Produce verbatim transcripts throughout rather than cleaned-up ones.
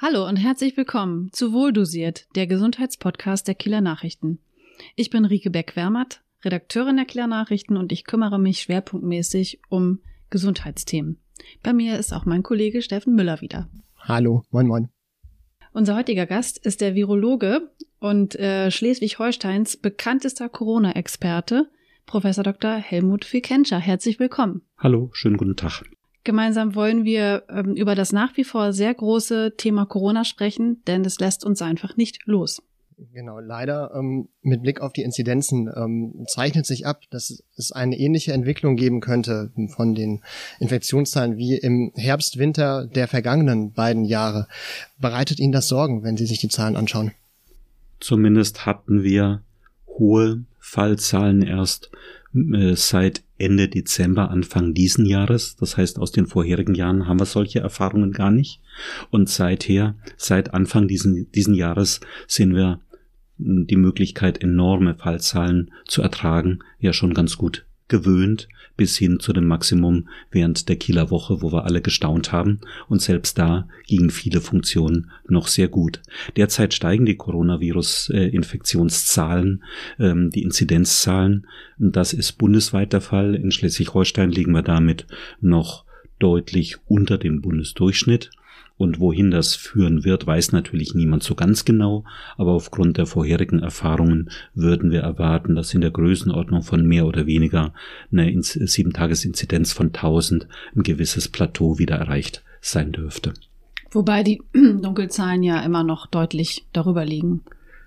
Hallo und herzlich willkommen zu Wohldosiert, der Gesundheitspodcast der Kieler Nachrichten. Ich bin Rike Beck-Wermert, Redakteurin der Kieler Nachrichten und ich kümmere mich schwerpunktmäßig um Gesundheitsthemen. Bei mir ist auch mein Kollege Steffen Müller wieder. Hallo, moin moin. Unser heutiger Gast ist der Virologe und äh, Schleswig-Holsteins bekanntester Corona-Experte, Professor Doktor Helmut Finkentscher. Herzlich willkommen. Hallo, schönen guten Tag. Gemeinsam wollen wir ähm, über das nach wie vor sehr große Thema Corona sprechen, denn es lässt uns einfach nicht los. Genau, leider ähm, mit Blick auf die Inzidenzen ähm, zeichnet sich ab, dass es eine ähnliche Entwicklung geben könnte von den Infektionszahlen wie im Herbst, Winter der vergangenen beiden Jahre. Bereitet Ihnen das Sorgen, wenn Sie sich die Zahlen anschauen? Zumindest hatten wir hohe Fallzahlen erst äh, seit Ende Dezember, Anfang diesen Jahres. Das heißt, aus den vorherigen Jahren haben wir solche Erfahrungen gar nicht. Und seither, seit Anfang diesen, diesen Jahres sehen wir die Möglichkeit, enorme Fallzahlen zu ertragen, ja schon ganz gut gewöhnt, bis hin zu dem Maximum während der Kieler Woche, wo wir alle gestaunt haben. Und selbst da gingen viele Funktionen noch sehr gut. Derzeit steigen die Coronavirus-Infektionszahlen, ähm, die Inzidenzzahlen. Das ist bundesweit der Fall. In Schleswig-Holstein liegen wir damit noch deutlich unter dem Bundesdurchschnitt. Und wohin das führen wird, weiß natürlich niemand so ganz genau, aber aufgrund der vorherigen Erfahrungen würden wir erwarten, dass in der Größenordnung von mehr oder weniger eine sieben-Tages-Inzidenz von tausend ein gewisses Plateau wieder erreicht sein dürfte. Wobei die Dunkelzahlen ja immer noch deutlich darüber liegen.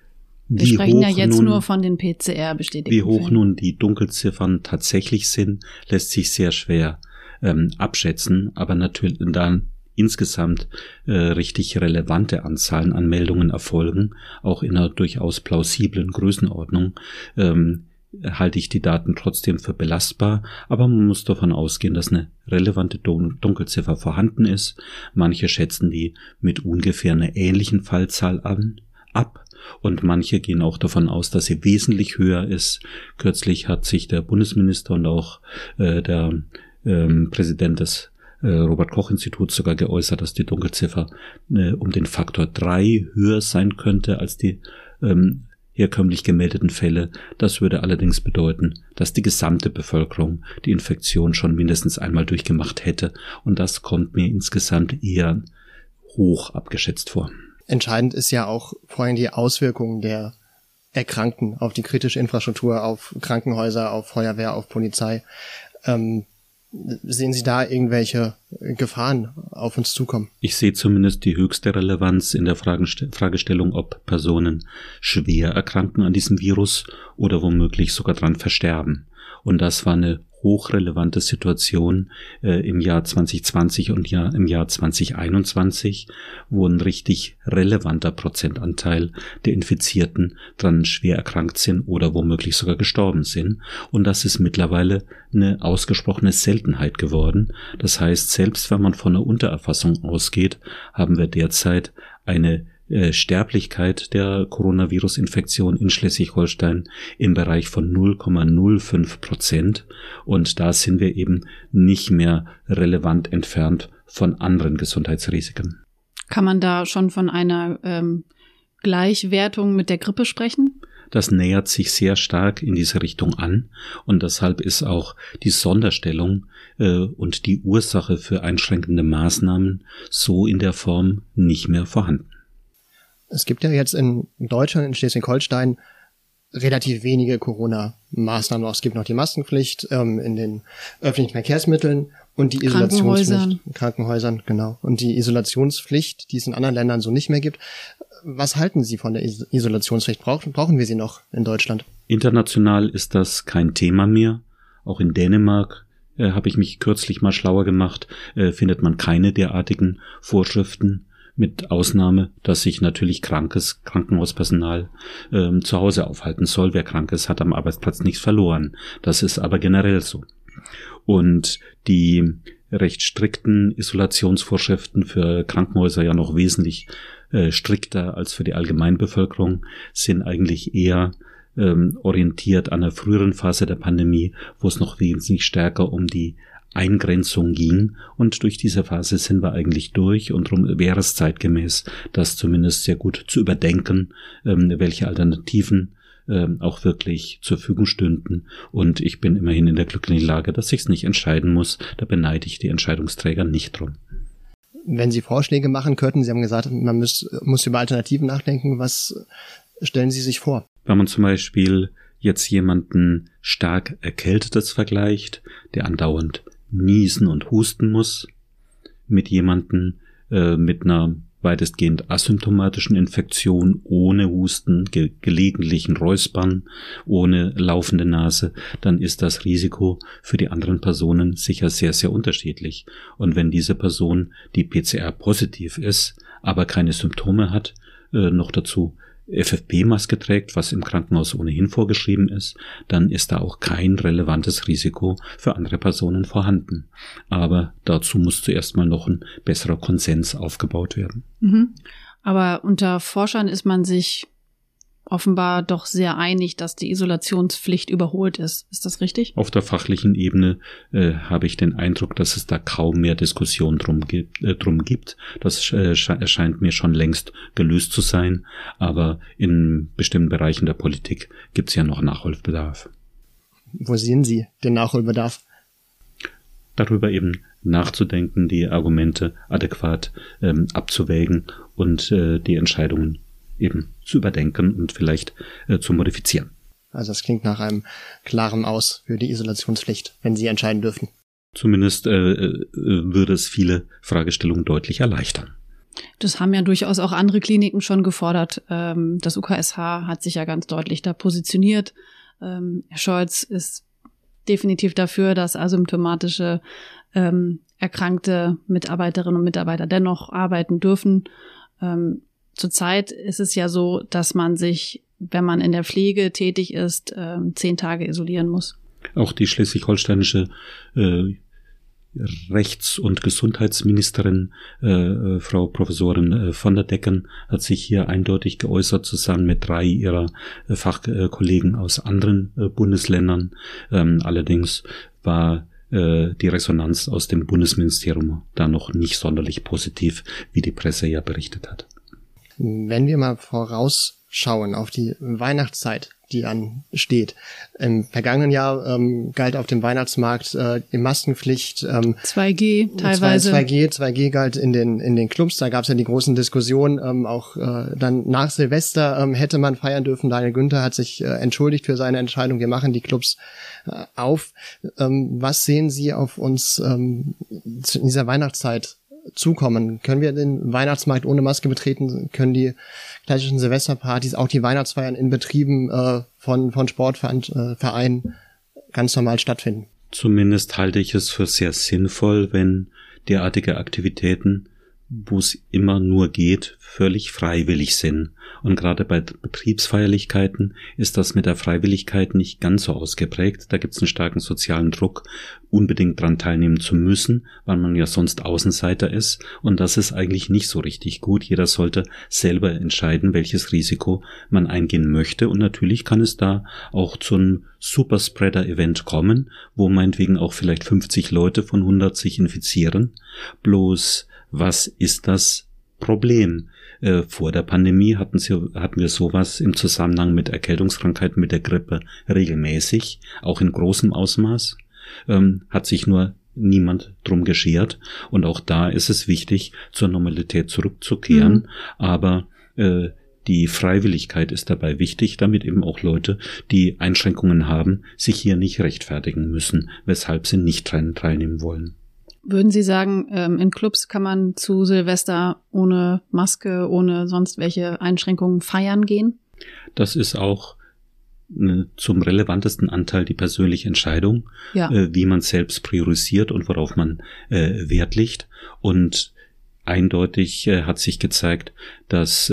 Wir wie sprechen ja jetzt nun, nur von den P C R-bestätigten Wie hoch Fällen. Nun die Dunkelziffern tatsächlich sind, lässt sich sehr schwer ähm, abschätzen, aber natürlich dann insgesamt äh, richtig relevante Anzahlen an Meldungen erfolgen, auch in einer durchaus plausiblen Größenordnung, ähm, halte ich die Daten trotzdem für belastbar, aber man muss davon ausgehen, dass eine relevante Dun- Dunkelziffer vorhanden ist. Manche schätzen die mit ungefähr einer ähnlichen Fallzahl an, ab und manche gehen auch davon aus, dass sie wesentlich höher ist. Kürzlich hat sich der Bundesminister und auch äh, der ähm, Präsident des Robert-Koch-Institut sogar geäußert, dass die Dunkelziffer äh, um den Faktor drei höher sein könnte als die ähm, herkömmlich gemeldeten Fälle. Das würde allerdings bedeuten, dass die gesamte Bevölkerung die Infektion schon mindestens einmal durchgemacht hätte. Und das kommt mir insgesamt eher hoch abgeschätzt vor. Entscheidend ist ja auch vor allem die Auswirkungen der Erkrankten auf die kritische Infrastruktur, auf Krankenhäuser, auf Feuerwehr, auf Polizei. Ähm, Sehen Sie da irgendwelche Gefahren auf uns zukommen? Ich sehe zumindest die höchste Relevanz in der Fragestellung, ob Personen schwer erkranken an diesem Virus oder womöglich sogar dran versterben. Und das war eine hochrelevante Situation äh, im Jahr zwanzig zwanzig und ja, im Jahr zwanzig einundzwanzig, wo ein richtig relevanter Prozentanteil der Infizierten dran schwer erkrankt sind oder womöglich sogar gestorben sind. Und das ist mittlerweile eine ausgesprochene Seltenheit geworden. Das heißt, selbst wenn man von einer Untererfassung ausgeht, haben wir derzeit eine Sterblichkeit der Coronavirus-Infektion in Schleswig-Holstein im Bereich von null Komma null fünf Prozent und da sind wir eben nicht mehr relevant entfernt von anderen Gesundheitsrisiken. Kann man da schon von einer ähm, Gleichwertung mit der Grippe sprechen? Das nähert sich sehr stark in diese Richtung an und deshalb ist auch die Sonderstellung äh, und die Ursache für einschränkende Maßnahmen so in der Form nicht mehr vorhanden. Es gibt ja jetzt in Deutschland, in Schleswig-Holstein, relativ wenige Corona-Maßnahmen. Es gibt noch die Maskenpflicht ähm, in den öffentlichen Verkehrsmitteln und die Isolationspflicht. Krankenhäusern. Krankenhäusern, genau. Und die Isolationspflicht, die es in anderen Ländern so nicht mehr gibt. Was halten Sie von der Is- Isolationspflicht? Brauchen, brauchen wir sie noch in Deutschland? International ist das kein Thema mehr. Auch in Dänemark äh, habe ich mich kürzlich mal schlauer gemacht, äh, findet man keine derartigen Vorschriften. Mit Ausnahme, dass sich natürlich krankes Krankenhauspersonal ähm, zu Hause aufhalten soll. Wer krank ist, hat am Arbeitsplatz nichts verloren. Das ist aber generell so. Und die recht strikten Isolationsvorschriften für Krankenhäuser, ja noch wesentlich äh, strikter als für die Allgemeinbevölkerung, sind eigentlich eher ähm, orientiert an der früheren Phase der Pandemie, wo es noch wesentlich stärker um die Eingrenzung ging. Und durch diese Phase sind wir eigentlich durch. Und darum wäre es zeitgemäß, das zumindest sehr gut zu überdenken, ähm, welche Alternativen ähm, auch wirklich zur Verfügung stünden. Und ich bin immerhin in der glücklichen Lage, dass ich es nicht entscheiden muss. Da beneide ich die Entscheidungsträger nicht drum. Wenn Sie Vorschläge machen könnten, Sie haben gesagt, man muss, muss über Alternativen nachdenken. Was stellen Sie sich vor? Wenn man zum Beispiel jetzt jemanden stark Erkältetes vergleicht, der andauernd niesen und husten muss, mit jemanden äh, mit einer weitestgehend asymptomatischen Infektion, ohne Husten, ge- gelegentlichen Räuspern, ohne laufende Nase, dann ist das Risiko für die anderen Personen sicher sehr, sehr unterschiedlich. Und wenn diese Person, die P C R positiv ist, aber keine Symptome hat, äh, noch dazu F F P-Maske trägt, was im Krankenhaus ohnehin vorgeschrieben ist, dann ist da auch kein relevantes Risiko für andere Personen vorhanden. Aber dazu muss zuerst mal noch ein besserer Konsens aufgebaut werden. Mhm. Aber unter Forschern ist man sich offenbar doch sehr einig, dass die Isolationspflicht überholt ist. Ist das richtig? Auf der fachlichen Ebene äh, habe ich den Eindruck, dass es da kaum mehr Diskussion drum, ge- äh, drum gibt. Das äh, erscheint mir schon längst gelöst zu sein. Aber in bestimmten Bereichen der Politik gibt es ja noch Nachholbedarf. Wo sehen Sie den Nachholbedarf? Darüber eben nachzudenken, die Argumente adäquat ähm, abzuwägen und äh, die Entscheidungen eben zu überdenken und vielleicht äh, zu modifizieren. Also das klingt nach einem klaren Aus für die Isolationspflicht, wenn Sie entscheiden dürfen. Zumindest äh, äh, würde es viele Fragestellungen deutlich erleichtern. Das haben ja durchaus auch andere Kliniken schon gefordert. Ähm, das U K S H hat sich ja ganz deutlich da positioniert. Ähm, Herr Scholz ist definitiv dafür, dass asymptomatische ähm, erkrankte Mitarbeiterinnen und Mitarbeiter dennoch arbeiten dürfen. Ähm, Zurzeit ist es ja so, dass man sich, wenn man in der Pflege tätig ist, äh, zehn Tage isolieren muss. Auch die schleswig-holsteinische äh, Rechts- und Gesundheitsministerin, äh, Frau Professorin äh, von der Decken, hat sich hier eindeutig geäußert, zusammen mit drei ihrer äh, Fachkollegen aus anderen äh, Bundesländern. Ähm, allerdings war äh, die Resonanz aus dem Bundesministerium da noch nicht sonderlich positiv, wie die Presse ja berichtet hat. Wenn wir mal vorausschauen auf die Weihnachtszeit, die ansteht. Im vergangenen Jahr ähm, galt auf dem Weihnachtsmarkt äh, die Maskenpflicht. Ähm, zwei G teilweise. zwei G, zwei G galt in den in den Clubs. Da gab es ja die großen Diskussionen. Ähm, auch äh, dann nach Silvester ähm, hätte man feiern dürfen. Daniel Günther hat sich äh, entschuldigt für seine Entscheidung. Wir machen die Clubs äh, auf. Ähm, was sehen Sie auf uns ähm, in dieser Weihnachtszeit zukommen? Können wir den Weihnachtsmarkt ohne Maske betreten? Können die klassischen Silvesterpartys, auch die Weihnachtsfeiern in Betrieben äh, von von Sportvereinen ganz normal stattfinden? Zumindest halte ich es für sehr sinnvoll, wenn derartige Aktivitäten, wo es immer nur geht, völlig freiwillig sind. Und gerade bei Betriebsfeierlichkeiten ist das mit der Freiwilligkeit nicht ganz so ausgeprägt. Da gibt es einen starken sozialen Druck, unbedingt dran teilnehmen zu müssen, weil man ja sonst Außenseiter ist. Und das ist eigentlich nicht so richtig gut. Jeder sollte selber entscheiden, welches Risiko man eingehen möchte. Und natürlich kann es da auch zu einem Superspreader-Event kommen, wo meinetwegen auch vielleicht fünfzig Leute von hundert sich infizieren. Bloß, was ist das Problem? Äh, vor der Pandemie hatten, sie, hatten wir sowas im Zusammenhang mit Erkältungskrankheiten, mit der Grippe regelmäßig, auch in großem Ausmaß. Ähm, hat sich nur niemand drum geschert. Und auch da ist es wichtig, zur Normalität zurückzukehren. Mhm. Aber äh, die Freiwilligkeit ist dabei wichtig, damit eben auch Leute, die Einschränkungen haben, sich hier nicht rechtfertigen müssen, weshalb sie nicht teilnehmen wollen. Würden Sie sagen, in Clubs kann man zu Silvester ohne Maske, ohne sonst welche Einschränkungen feiern gehen? Das ist auch zum relevantesten Anteil die persönliche Entscheidung, ja. Wie man selbst priorisiert und worauf man Wert legt. Und eindeutig hat sich gezeigt, dass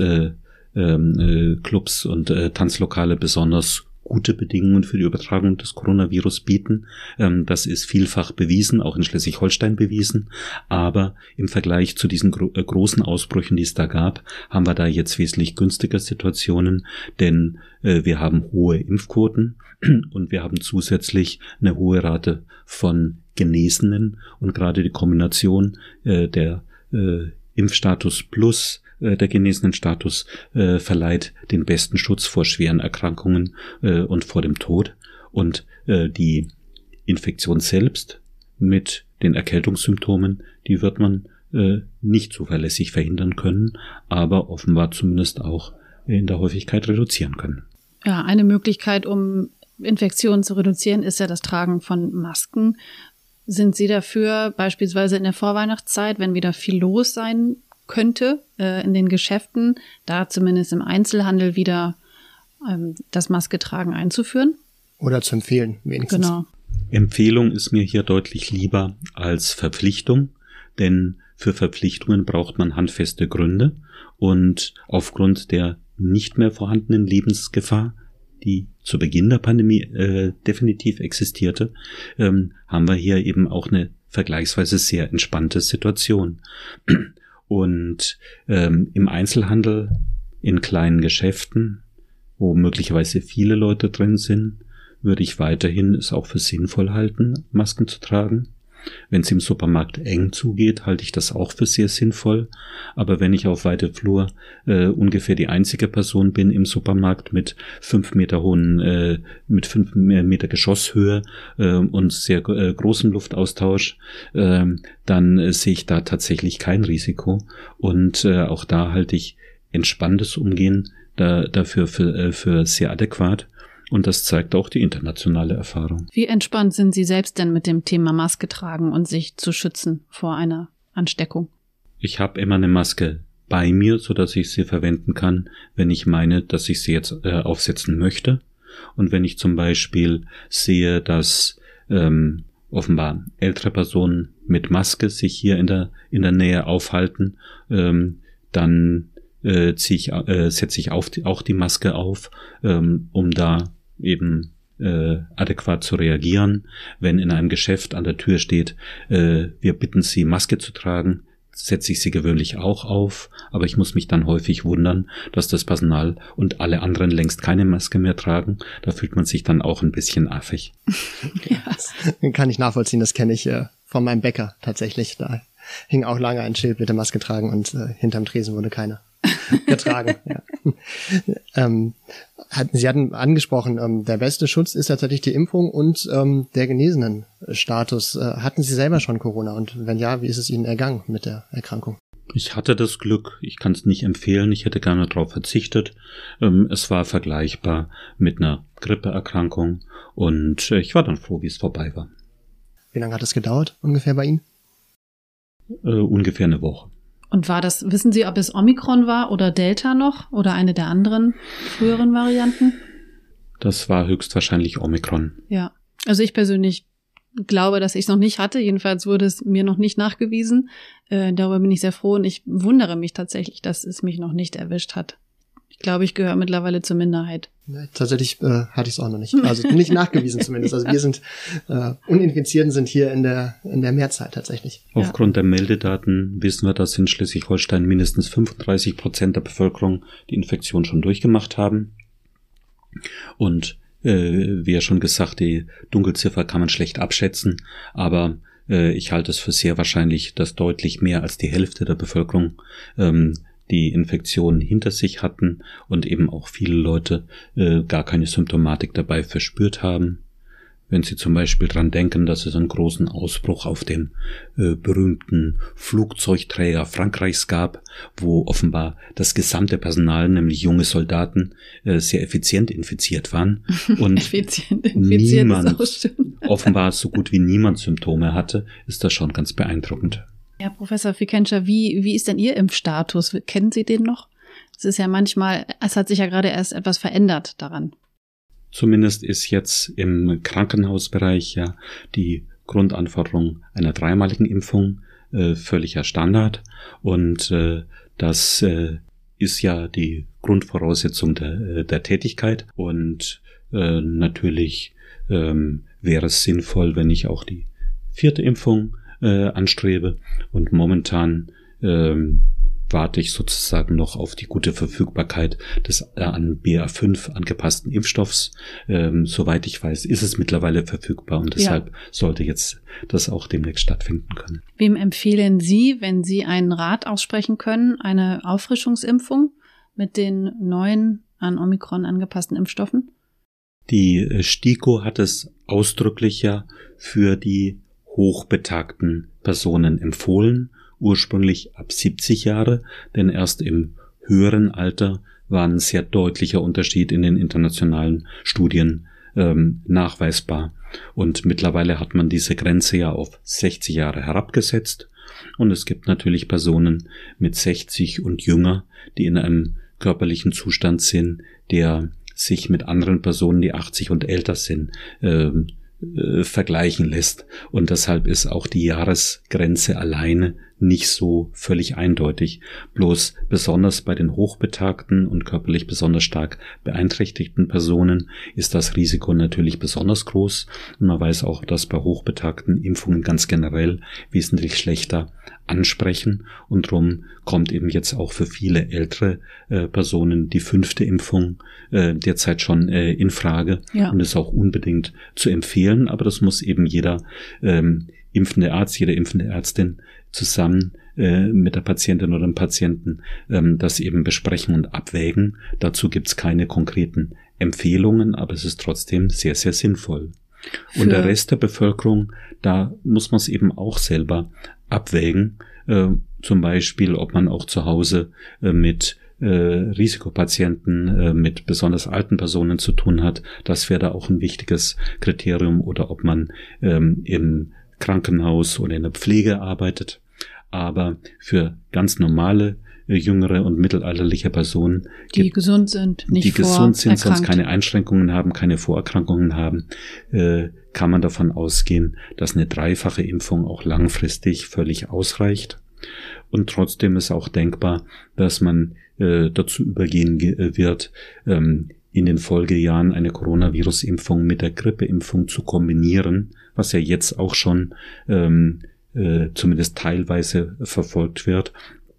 Clubs und Tanzlokale besonders gute Bedingungen für die Übertragung des Coronavirus bieten. Das ist vielfach bewiesen, auch in Schleswig-Holstein bewiesen. Aber im Vergleich zu diesen gro- großen Ausbrüchen, die es da gab, haben wir da jetzt wesentlich günstiger Situationen, denn äh, wir haben hohe Impfquoten und wir haben zusätzlich eine hohe Rate von Genesenen und gerade die Kombination äh, der äh, Impfstatus plus äh, der genesenen Status äh, verleiht den besten Schutz vor schweren Erkrankungen äh, und vor dem Tod. Und äh, die Infektion selbst mit den Erkältungssymptomen, die wird man äh, nicht zuverlässig verhindern können, aber offenbar zumindest auch in der Häufigkeit reduzieren können. Ja, eine Möglichkeit, um Infektionen zu reduzieren, ist ja das Tragen von Masken. Sind Sie dafür beispielsweise in der Vorweihnachtszeit, wenn wieder viel los sein könnte äh, in den Geschäften, da zumindest im Einzelhandel wieder ähm, das Masketragen einzuführen? Oder zu empfehlen, wenigstens. Genau. Empfehlung ist mir hier deutlich lieber als Verpflichtung, denn für Verpflichtungen braucht man handfeste Gründe und aufgrund der nicht mehr vorhandenen Lebensgefahr, die zu Beginn der Pandemie äh, definitiv existierte, ähm, haben wir hier eben auch eine vergleichsweise sehr entspannte Situation. Und ähm, im Einzelhandel, in kleinen Geschäften, wo möglicherweise viele Leute drin sind, würde ich weiterhin es auch für sinnvoll halten, Masken zu tragen. Wenn es im Supermarkt eng zugeht, halte ich das auch für sehr sinnvoll. Aber wenn ich auf weite Flur äh, ungefähr die einzige Person bin im Supermarkt mit fünf Meter hohen, äh, mit fünf Meter Geschosshöhe äh, und sehr äh, großem Luftaustausch, äh, dann äh, sehe ich da tatsächlich kein Risiko. Und äh, auch da halte ich entspanntes Umgehen da, dafür für, äh, für sehr adäquat. Und das zeigt auch die internationale Erfahrung. Wie entspannt sind Sie selbst denn mit dem Thema Maske tragen und sich zu schützen vor einer Ansteckung? Ich habe immer eine Maske bei mir, sodass ich sie verwenden kann, wenn ich meine, dass ich sie jetzt äh, aufsetzen möchte. Und wenn ich zum Beispiel sehe, dass ähm, offenbar ältere Personen mit Maske sich hier in der in der Nähe aufhalten, ähm, dann äh, ziehe ich, äh, setze ich auf die, auch die Maske auf, ähm, um da eben äh, adäquat zu reagieren. Wenn in einem Geschäft an der Tür steht, äh, wir bitten Sie, Maske zu tragen, setze ich sie gewöhnlich auch auf, aber ich muss mich dann häufig wundern, dass das Personal und alle anderen längst keine Maske mehr tragen. Da fühlt man sich dann auch ein bisschen affig. Ja, das kann ich nachvollziehen, das kenne ich äh, von meinem Bäcker tatsächlich. Da hing auch lange ein Schild, bitte Maske tragen, und äh, hinterm Tresen wurde keine getragen. Ja. ähm, hatten, Sie hatten angesprochen, ähm, der beste Schutz ist tatsächlich die Impfung und ähm, der genesenen Status. Äh, hatten Sie selber schon Corona, und wenn ja, wie ist es Ihnen ergangen mit der Erkrankung? Ich hatte das Glück, ich kann es nicht empfehlen, ich hätte gerne darauf verzichtet. Ähm, es war vergleichbar mit einer Grippeerkrankung und äh, ich war dann froh, wie es vorbei war. Wie lange hat es gedauert ungefähr bei Ihnen? Äh, ungefähr eine Woche. Und war das, wissen Sie, ob es Omikron war oder Delta noch oder eine der anderen früheren Varianten? Das war höchstwahrscheinlich Omikron. Ja, also ich persönlich glaube, dass ich es noch nicht hatte. Jedenfalls wurde es mir noch nicht nachgewiesen. Äh, darüber bin ich sehr froh und ich wundere mich tatsächlich, dass es mich noch nicht erwischt hat. Ich glaube, ich gehöre mittlerweile zur Minderheit. Nee, tatsächlich äh, hatte ich es auch noch nicht. Also nicht nachgewiesen zumindest. Also wir sind, äh, Uninfizierten sind hier in der in der Mehrzahl tatsächlich. Aufgrund ja. der Meldedaten wissen wir, dass in Schleswig-Holstein mindestens fünfunddreißig Prozent der Bevölkerung die Infektion schon durchgemacht haben. Und äh, wie ja schon gesagt, die Dunkelziffer kann man schlecht abschätzen, aber äh, ich halte es für sehr wahrscheinlich, dass deutlich mehr als die Hälfte der Bevölkerung ähm, die Infektion hinter sich hatten und eben auch viele Leute äh, gar keine Symptomatik dabei verspürt haben. Wenn Sie zum Beispiel dran denken, dass es einen großen Ausbruch auf dem äh, berühmten Flugzeugträger Frankreichs gab, wo offenbar das gesamte Personal, nämlich junge Soldaten, äh, sehr effizient infiziert waren und effizient infiziert niemand, ist auch schön. offenbar so gut wie niemand Symptome hatte, ist das schon ganz beeindruckend. Ja, Professor Fikenscher, wie, wie ist denn Ihr Impfstatus? Kennen Sie den noch? Es ist ja manchmal, es hat sich ja gerade erst etwas verändert daran. Zumindest ist jetzt im Krankenhausbereich ja die Grundanforderung einer dreimaligen Impfung äh, völliger Standard. Und äh, das äh, ist ja die Grundvoraussetzung der, der Tätigkeit. Und äh, natürlich ähm, wäre es sinnvoll, wenn ich auch die vierte Impfung äh, anstrebe. Und momentan ähm, warte ich sozusagen noch auf die gute Verfügbarkeit des äh, an B A fünf angepassten Impfstoffs. Ähm, soweit ich weiß, ist es mittlerweile verfügbar und deshalb ja. sollte jetzt das auch demnächst stattfinden können. Wem empfehlen Sie, wenn Sie einen Rat aussprechen können, eine Auffrischungsimpfung mit den neuen an Omikron angepassten Impfstoffen? Die STIKO hat es ausdrücklich ja für die hochbetagten Personen empfohlen, ursprünglich ab siebzig Jahre, denn erst im höheren Alter war ein sehr deutlicher Unterschied in den internationalen Studien ähm, nachweisbar. Und mittlerweile hat man diese Grenze ja auf sechzig Jahre herabgesetzt. Und es gibt natürlich Personen mit sechzig und jünger, die in einem körperlichen Zustand sind, der sich mit anderen Personen, die achtzig und älter sind, äh, äh, vergleichen lässt. Und deshalb ist auch die Jahresgrenze alleine nicht so völlig eindeutig. Bloß besonders bei den hochbetagten und körperlich besonders stark beeinträchtigten Personen ist das Risiko natürlich besonders groß. Und man weiß auch, dass bei hochbetagten Impfungen ganz generell wesentlich schlechter ansprechen. Und darum kommt eben jetzt auch für viele ältere äh, Personen die fünfte Impfung äh, derzeit schon äh, in Frage. Ja. Und ist auch unbedingt zu empfehlen. Aber das muss eben jeder ähm, impfende Arzt, jede impfende Ärztin zusammen äh, mit der Patientin oder dem Patienten ähm, das eben besprechen und abwägen. Dazu gibt's keine konkreten Empfehlungen, aber es ist trotzdem sehr, sehr sinnvoll. Für und der Rest der Bevölkerung, da muss man es eben auch selber abwägen. Äh, zum Beispiel, ob man auch zu Hause äh, mit äh, Risikopatienten, äh, mit besonders alten Personen zu tun hat. Das wäre da auch ein wichtiges Kriterium. Oder ob man ähm, im Krankenhaus oder in der Pflege arbeitet. Aber für ganz normale, äh, jüngere und mittelalterliche Personen, die gibt, gesund sind, nicht die gesund sind, sonst keine Einschränkungen haben, keine Vorerkrankungen haben, äh, kann man davon ausgehen, dass eine dreifache Impfung auch langfristig völlig ausreicht. Und trotzdem ist auch denkbar, dass man äh, dazu übergehen ge- wird, ähm, in den Folgejahren eine Coronavirus-Impfung mit der Grippeimpfung zu kombinieren, was ja jetzt auch schon ähm, äh, zumindest teilweise verfolgt wird,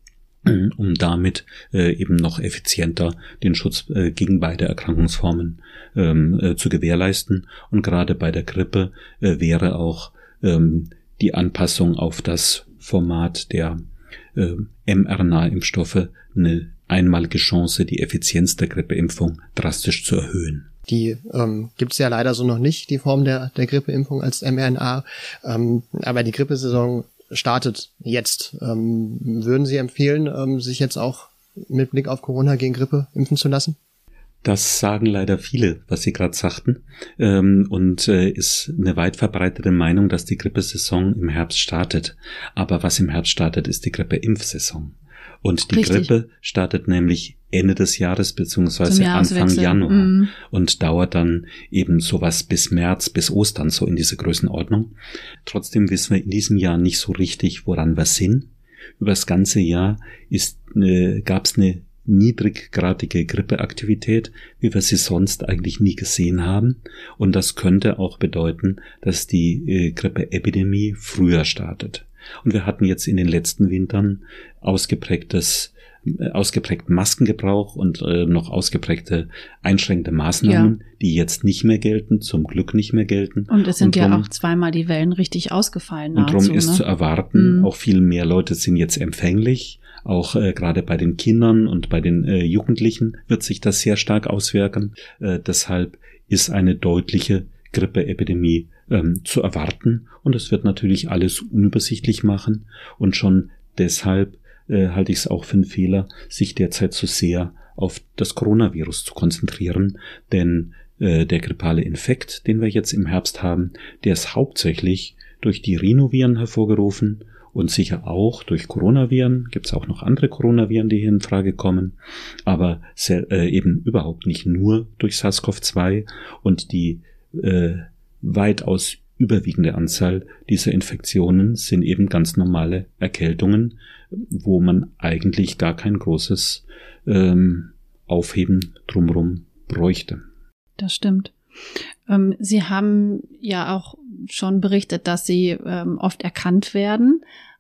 um damit äh, eben noch effizienter den Schutz äh, gegen beide Erkrankungsformen ähm, äh, zu gewährleisten. Und gerade bei der Grippe äh, wäre auch ähm, die Anpassung auf das Format der äh, mRNA-Impfstoffe eine einmalige Chance, die Effizienz der Grippeimpfung drastisch zu erhöhen. Die ähm, gibt es ja leider so noch nicht, die Form der, der Grippeimpfung als mRNA. Ähm, aber die Grippesaison startet jetzt. Ähm, würden Sie empfehlen, ähm, sich jetzt auch mit Blick auf Corona gegen Grippe impfen zu lassen? Das sagen leider viele, was Sie gerade sagten, ähm, und äh, ist eine weit verbreitete Meinung, dass die Grippesaison im Herbst startet. Aber was im Herbst startet, ist die Grippeimpfsaison. Und die Richtig. Grippe startet nämlich Ende des Jahres beziehungsweise Anfang Januar mm. und dauert dann eben sowas bis März, bis Ostern, so in diese Größenordnung. Trotzdem wissen wir in diesem Jahr nicht so richtig, woran wir sind. Über das ganze Jahr ist eine, gab es eine niedriggradige Grippeaktivität, wie wir sie sonst eigentlich nie gesehen haben. Und das könnte auch bedeuten, dass die äh, Grippeepidemie früher startet. Und wir hatten jetzt in den letzten Wintern ausgeprägtes, äh, ausgeprägten Maskengebrauch und äh, noch ausgeprägte einschränkende Maßnahmen, ja. die jetzt nicht mehr gelten, zum Glück nicht mehr gelten. Und es sind und drum, ja auch zweimal die Wellen richtig ausgefallen. Und darum ist ne? zu erwarten, mhm. auch viel mehr Leute sind jetzt empfänglich. Auch äh, gerade bei den Kindern und bei den äh, Jugendlichen wird sich das sehr stark auswirken. Äh, deshalb ist eine deutliche Grippeepidemie ähm, zu erwarten. Und es wird natürlich alles unübersichtlich machen. Und schon deshalb äh, halte ich es auch für einen Fehler, sich derzeit so sehr auf das Coronavirus zu konzentrieren. Denn äh, der grippale Infekt, den wir jetzt im Herbst haben, der ist hauptsächlich durch die Rhinoviren hervorgerufen. Und sicher auch durch Coronaviren, gibt es auch noch andere Coronaviren, die hier in Frage kommen, aber sehr, äh, eben überhaupt nicht nur durch SARS-C o V zwei und die äh, weitaus überwiegende Anzahl dieser Infektionen sind eben ganz normale Erkältungen, wo man eigentlich gar kein großes ähm, Aufheben drumherum bräuchte. Das stimmt. Ähm, Sie haben ja auch schon berichtet, dass Sie ähm, oft erkannt werden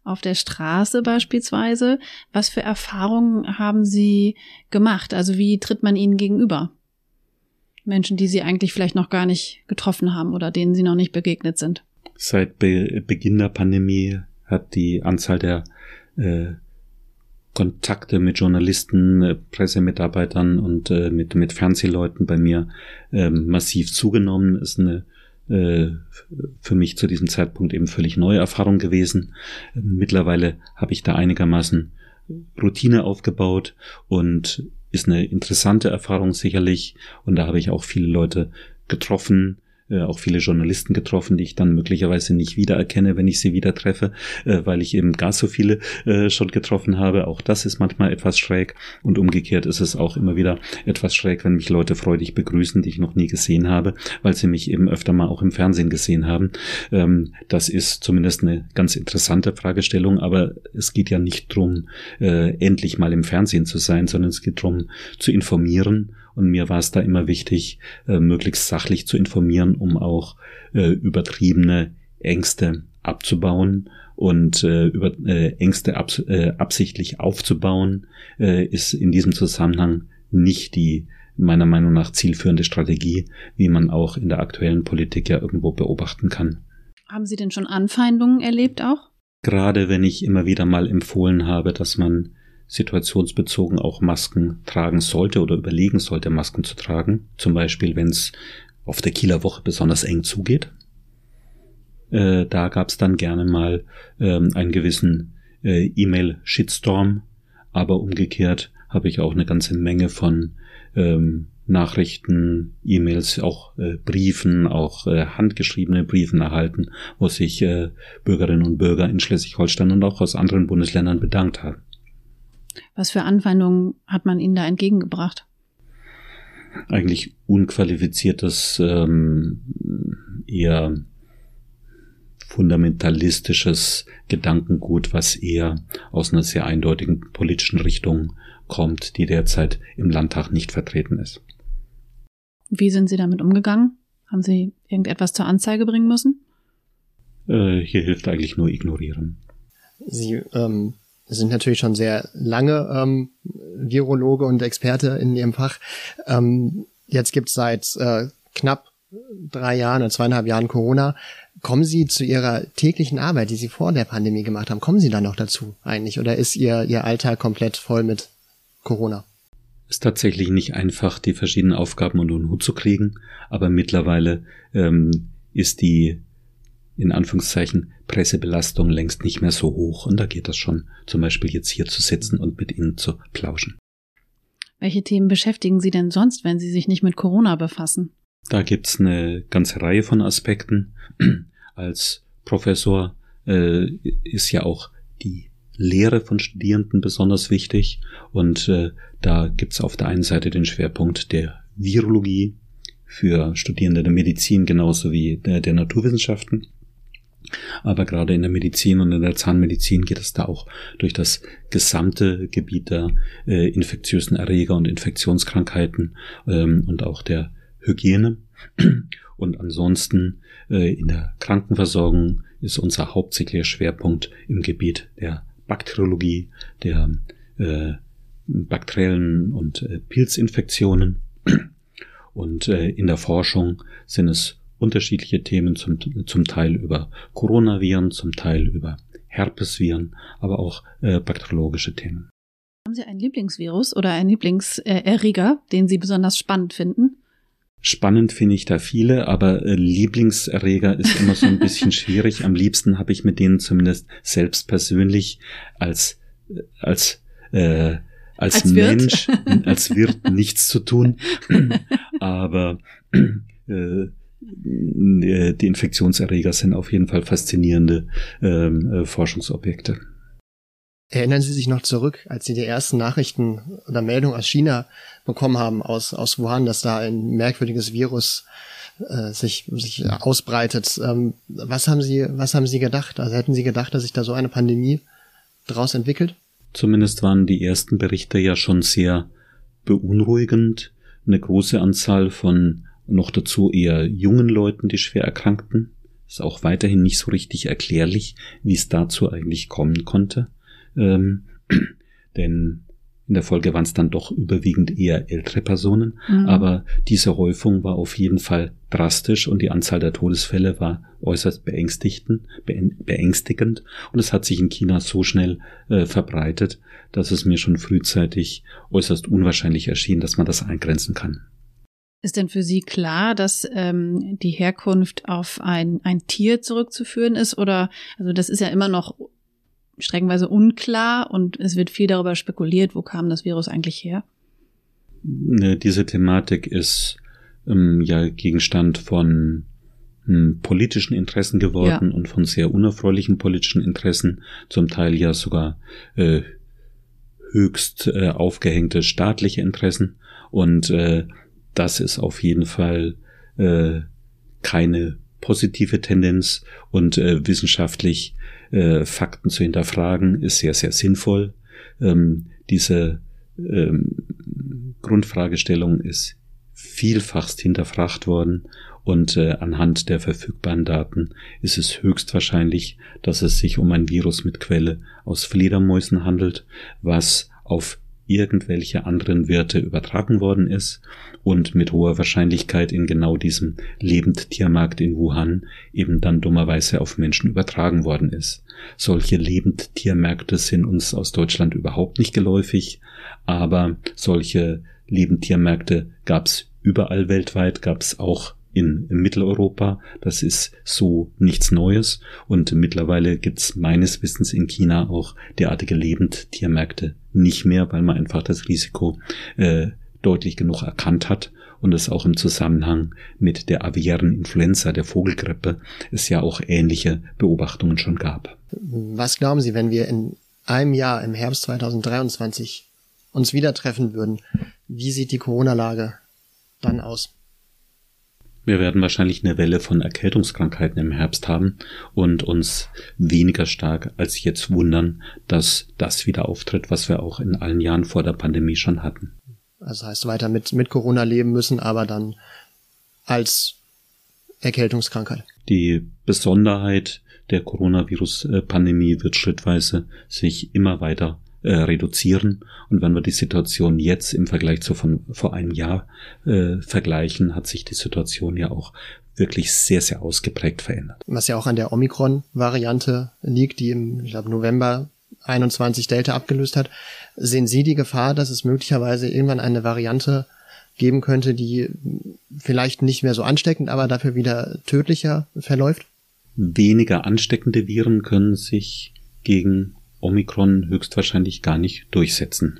auf der Straße beispielsweise. Was für Erfahrungen haben Sie gemacht? Also wie tritt man ihnen gegenüber? Menschen, die Sie eigentlich vielleicht noch gar nicht getroffen haben oder denen Sie noch nicht begegnet sind. Seit Be- Beginn der Pandemie hat die Anzahl der äh, Kontakte mit Journalisten, äh, Pressemitarbeitern und äh, mit, mit Fernsehleuten bei mir äh, massiv zugenommen. Ist eine äh, für mich zu diesem Zeitpunkt eben völlig neue Erfahrung gewesen. Äh, mittlerweile habe ich da einigermaßen Routine aufgebaut und ist eine interessante Erfahrung sicherlich. Und da habe ich auch viele Leute getroffen, auch viele Journalisten getroffen, die ich dann möglicherweise nicht wiedererkenne, wenn ich sie wieder treffe, weil ich eben gar so viele schon getroffen habe. Auch das ist manchmal etwas schräg und umgekehrt ist es auch immer wieder etwas schräg, wenn mich Leute freudig begrüßen, die ich noch nie gesehen habe, weil sie mich eben öfter mal auch im Fernsehen gesehen haben. Das ist zumindest eine ganz interessante Fragestellung, aber es geht ja nicht darum, endlich mal im Fernsehen zu sein, sondern es geht darum, zu informieren. Und mir war es da immer wichtig, äh, möglichst sachlich zu informieren, um auch äh, übertriebene Ängste abzubauen. Und äh, über äh, Ängste abs- äh, absichtlich aufzubauen, äh, ist in diesem Zusammenhang nicht die meiner Meinung nach zielführende Strategie, wie man auch in der aktuellen Politik ja irgendwo beobachten kann. Haben Sie denn schon Anfeindungen erlebt auch? Gerade wenn ich immer wieder mal empfohlen habe, dass man situationsbezogen auch Masken tragen sollte oder überlegen sollte, Masken zu tragen. Zum Beispiel, wenn es auf der Kieler Woche besonders eng zugeht. Äh, da gab es dann gerne mal ähm, einen gewissen äh, E-Mail-Shitstorm. Aber umgekehrt habe ich auch eine ganze Menge von ähm, Nachrichten, E-Mails, auch äh, Briefen, auch äh, handgeschriebene Briefen erhalten, wo sich äh, Bürgerinnen und Bürger in Schleswig-Holstein und auch aus anderen Bundesländern bedankt haben. Was für Anfeindungen hat man Ihnen da entgegengebracht? Eigentlich unqualifiziertes, ähm, eher fundamentalistisches Gedankengut, was eher aus einer sehr eindeutigen politischen Richtung kommt, die derzeit im Landtag nicht vertreten ist. Wie sind Sie damit umgegangen? Haben Sie irgendetwas zur Anzeige bringen müssen? Äh, hier hilft eigentlich nur ignorieren. Sie ähm sind natürlich schon sehr lange ähm, Virologe und Experte in Ihrem Fach. Ähm, jetzt gibt es seit äh, knapp drei Jahren oder zweieinhalb Jahren Corona. Kommen Sie zu Ihrer täglichen Arbeit, die Sie vor der Pandemie gemacht haben, kommen Sie da noch dazu eigentlich? Oder ist Ihr, Ihr Alltag komplett voll mit Corona? Es ist tatsächlich nicht einfach, die verschiedenen Aufgaben unter den Hut zu kriegen, aber mittlerweile ähm, ist die in Anführungszeichen Pressebelastung längst nicht mehr so hoch und da geht das schon, zum Beispiel jetzt hier zu sitzen und mit Ihnen zu plauschen. Welche Themen beschäftigen Sie denn sonst, wenn Sie sich nicht mit Corona befassen? Da gibt's eine ganze Reihe von Aspekten. Als Professor äh, ist ja auch die Lehre von Studierenden besonders wichtig und äh, da gibt's auf der einen Seite den Schwerpunkt der Virologie für Studierende der Medizin genauso wie der, der Naturwissenschaften. Aber gerade in der Medizin und in der Zahnmedizin geht es da auch durch das gesamte Gebiet der äh, infektiösen Erreger und Infektionskrankheiten ähm, und auch der Hygiene. Und ansonsten äh, in der Krankenversorgung ist unser hauptsächlicher Schwerpunkt im Gebiet der Bakteriologie, der äh, bakteriellen und äh, Pilzinfektionen. Und äh, in der Forschung sind es unterschiedliche Themen, zum, zum Teil über Coronaviren, zum Teil über Herpesviren, aber auch äh, bakteriologische Themen. Haben Sie einen Lieblingsvirus oder einen Lieblingserreger, den Sie besonders spannend finden? Spannend finde ich da viele, aber äh, Lieblingserreger ist immer so ein bisschen schwierig. Am liebsten habe ich mit denen zumindest selbst persönlich als äh, als äh, als, als Mensch, Wirt. als Wirt nichts zu tun. Aber äh, die Infektionserreger sind auf jeden Fall faszinierende äh, Forschungsobjekte. Erinnern Sie sich noch zurück, als Sie die ersten Nachrichten oder Meldungen aus China bekommen haben, aus, aus Wuhan, dass da ein merkwürdiges Virus äh, sich, sich ausbreitet? Ähm, was haben Sie, was haben Sie gedacht? Also hätten Sie gedacht, dass sich da so eine Pandemie daraus entwickelt? Zumindest waren die ersten Berichte ja schon sehr beunruhigend. Eine große Anzahl von noch dazu eher jungen Leuten, die schwer erkrankten, Ist auch weiterhin nicht so richtig erklärlich, wie es dazu eigentlich kommen konnte. Ähm, denn in der Folge waren es dann doch überwiegend eher ältere Personen. Mhm. Aber diese Häufung war auf jeden Fall drastisch und die Anzahl der Todesfälle war äußerst beängstigend. beängstigend. Und es hat sich in China so schnell äh, verbreitet, dass es mir schon frühzeitig äußerst unwahrscheinlich erschien, dass man das eingrenzen kann. Ist denn für Sie klar, dass ähm, die Herkunft auf ein, ein Tier zurückzuführen ist? Oder, also das ist ja immer noch streckenweise unklar und es wird viel darüber spekuliert, wo kam das Virus eigentlich her? Diese Thematik ist ähm, ja Gegenstand von ähm, politischen Interessen geworden ja. und von sehr unerfreulichen politischen Interessen, zum Teil ja sogar äh, höchst äh, aufgehängte staatliche Interessen. Und äh, das ist auf jeden Fall äh, keine positive Tendenz und äh, wissenschaftlich äh, Fakten zu hinterfragen ist sehr, sehr sinnvoll. Ähm, diese ähm, Grundfragestellung ist vielfachst hinterfragt worden und äh, anhand der verfügbaren Daten ist es höchstwahrscheinlich, dass es sich um ein Virus mit Quelle aus Fledermäusen handelt, was auf irgendwelche anderen Wirte übertragen worden ist und mit hoher Wahrscheinlichkeit in genau diesem Lebendtiermarkt in Wuhan eben dann dummerweise auf Menschen übertragen worden ist. Solche Lebendtiermärkte sind uns aus Deutschland überhaupt nicht geläufig, aber solche Lebendtiermärkte gab es überall weltweit, gab es auch in Mitteleuropa. Das ist so nichts Neues und mittlerweile gibt es meines Wissens in China auch derartige Lebendtiermärkte nicht mehr, weil man einfach das Risiko äh, deutlich genug erkannt hat und es auch im Zusammenhang mit der aviären Influenza, der Vogelgrippe, es ja auch ähnliche Beobachtungen schon gab. Was glauben Sie, wenn wir in einem Jahr im Herbst zweitausenddreiundzwanzig uns wieder treffen würden, wie sieht die Corona-Lage dann aus? Wir werden wahrscheinlich eine Welle von Erkältungskrankheiten im Herbst haben und uns weniger stark als jetzt wundern, dass das wieder auftritt, was wir auch in allen Jahren vor der Pandemie schon hatten. Also heißt weiter mit, mit Corona leben müssen, aber dann als Erkältungskrankheit. Die Besonderheit der Coronavirus-Pandemie wird schrittweise sich immer weiter äh, reduzieren. Und wenn wir die Situation jetzt im Vergleich zu von vor einem Jahr äh, vergleichen, hat sich die Situation ja auch wirklich sehr, sehr ausgeprägt verändert. Was ja auch an der Omikron-Variante liegt, die im, ich glaube, November einundzwanzig Delta abgelöst hat. Sehen Sie die Gefahr, dass es möglicherweise irgendwann eine Variante geben könnte, die vielleicht nicht mehr so ansteckend, aber dafür wieder tödlicher verläuft? Weniger ansteckende Viren können sich gegen Omikron höchstwahrscheinlich gar nicht durchsetzen.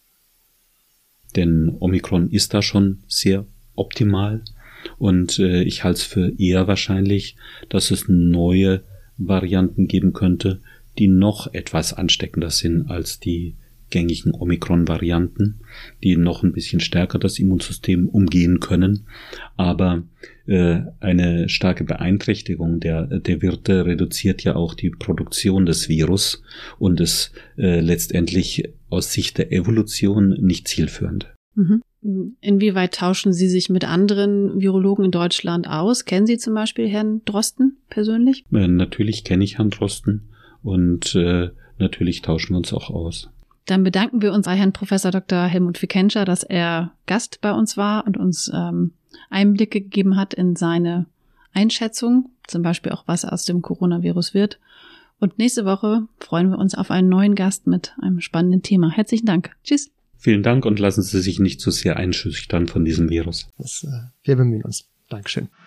Denn Omikron ist da schon sehr optimal und äh, ich halte es für eher wahrscheinlich, dass es neue Varianten geben könnte, die noch etwas ansteckender sind als die gängigen Omikron-Varianten, die noch ein bisschen stärker das Immunsystem umgehen können. Aber äh, eine starke Beeinträchtigung der, der Wirte reduziert ja auch die Produktion des Virus und ist äh, letztendlich aus Sicht der Evolution nicht zielführend. Mhm. Inwieweit tauschen Sie sich mit anderen Virologen in Deutschland aus? Kennen Sie zum Beispiel Herrn Drosten persönlich? Äh, natürlich kenne ich Herrn Drosten und äh, natürlich tauschen wir uns auch aus. Dann bedanken wir uns bei Herrn Professor Doktor Helmut Fikenscher, dass er Gast bei uns war und uns ähm, Einblicke gegeben hat in seine Einschätzung, zum Beispiel auch, was aus dem Coronavirus wird. Und nächste Woche freuen wir uns auf einen neuen Gast mit einem spannenden Thema. Herzlichen Dank. Tschüss. Vielen Dank und lassen Sie sich nicht zu sehr einschüchtern von diesem Virus. Das, äh, wir bemühen uns. Dankeschön.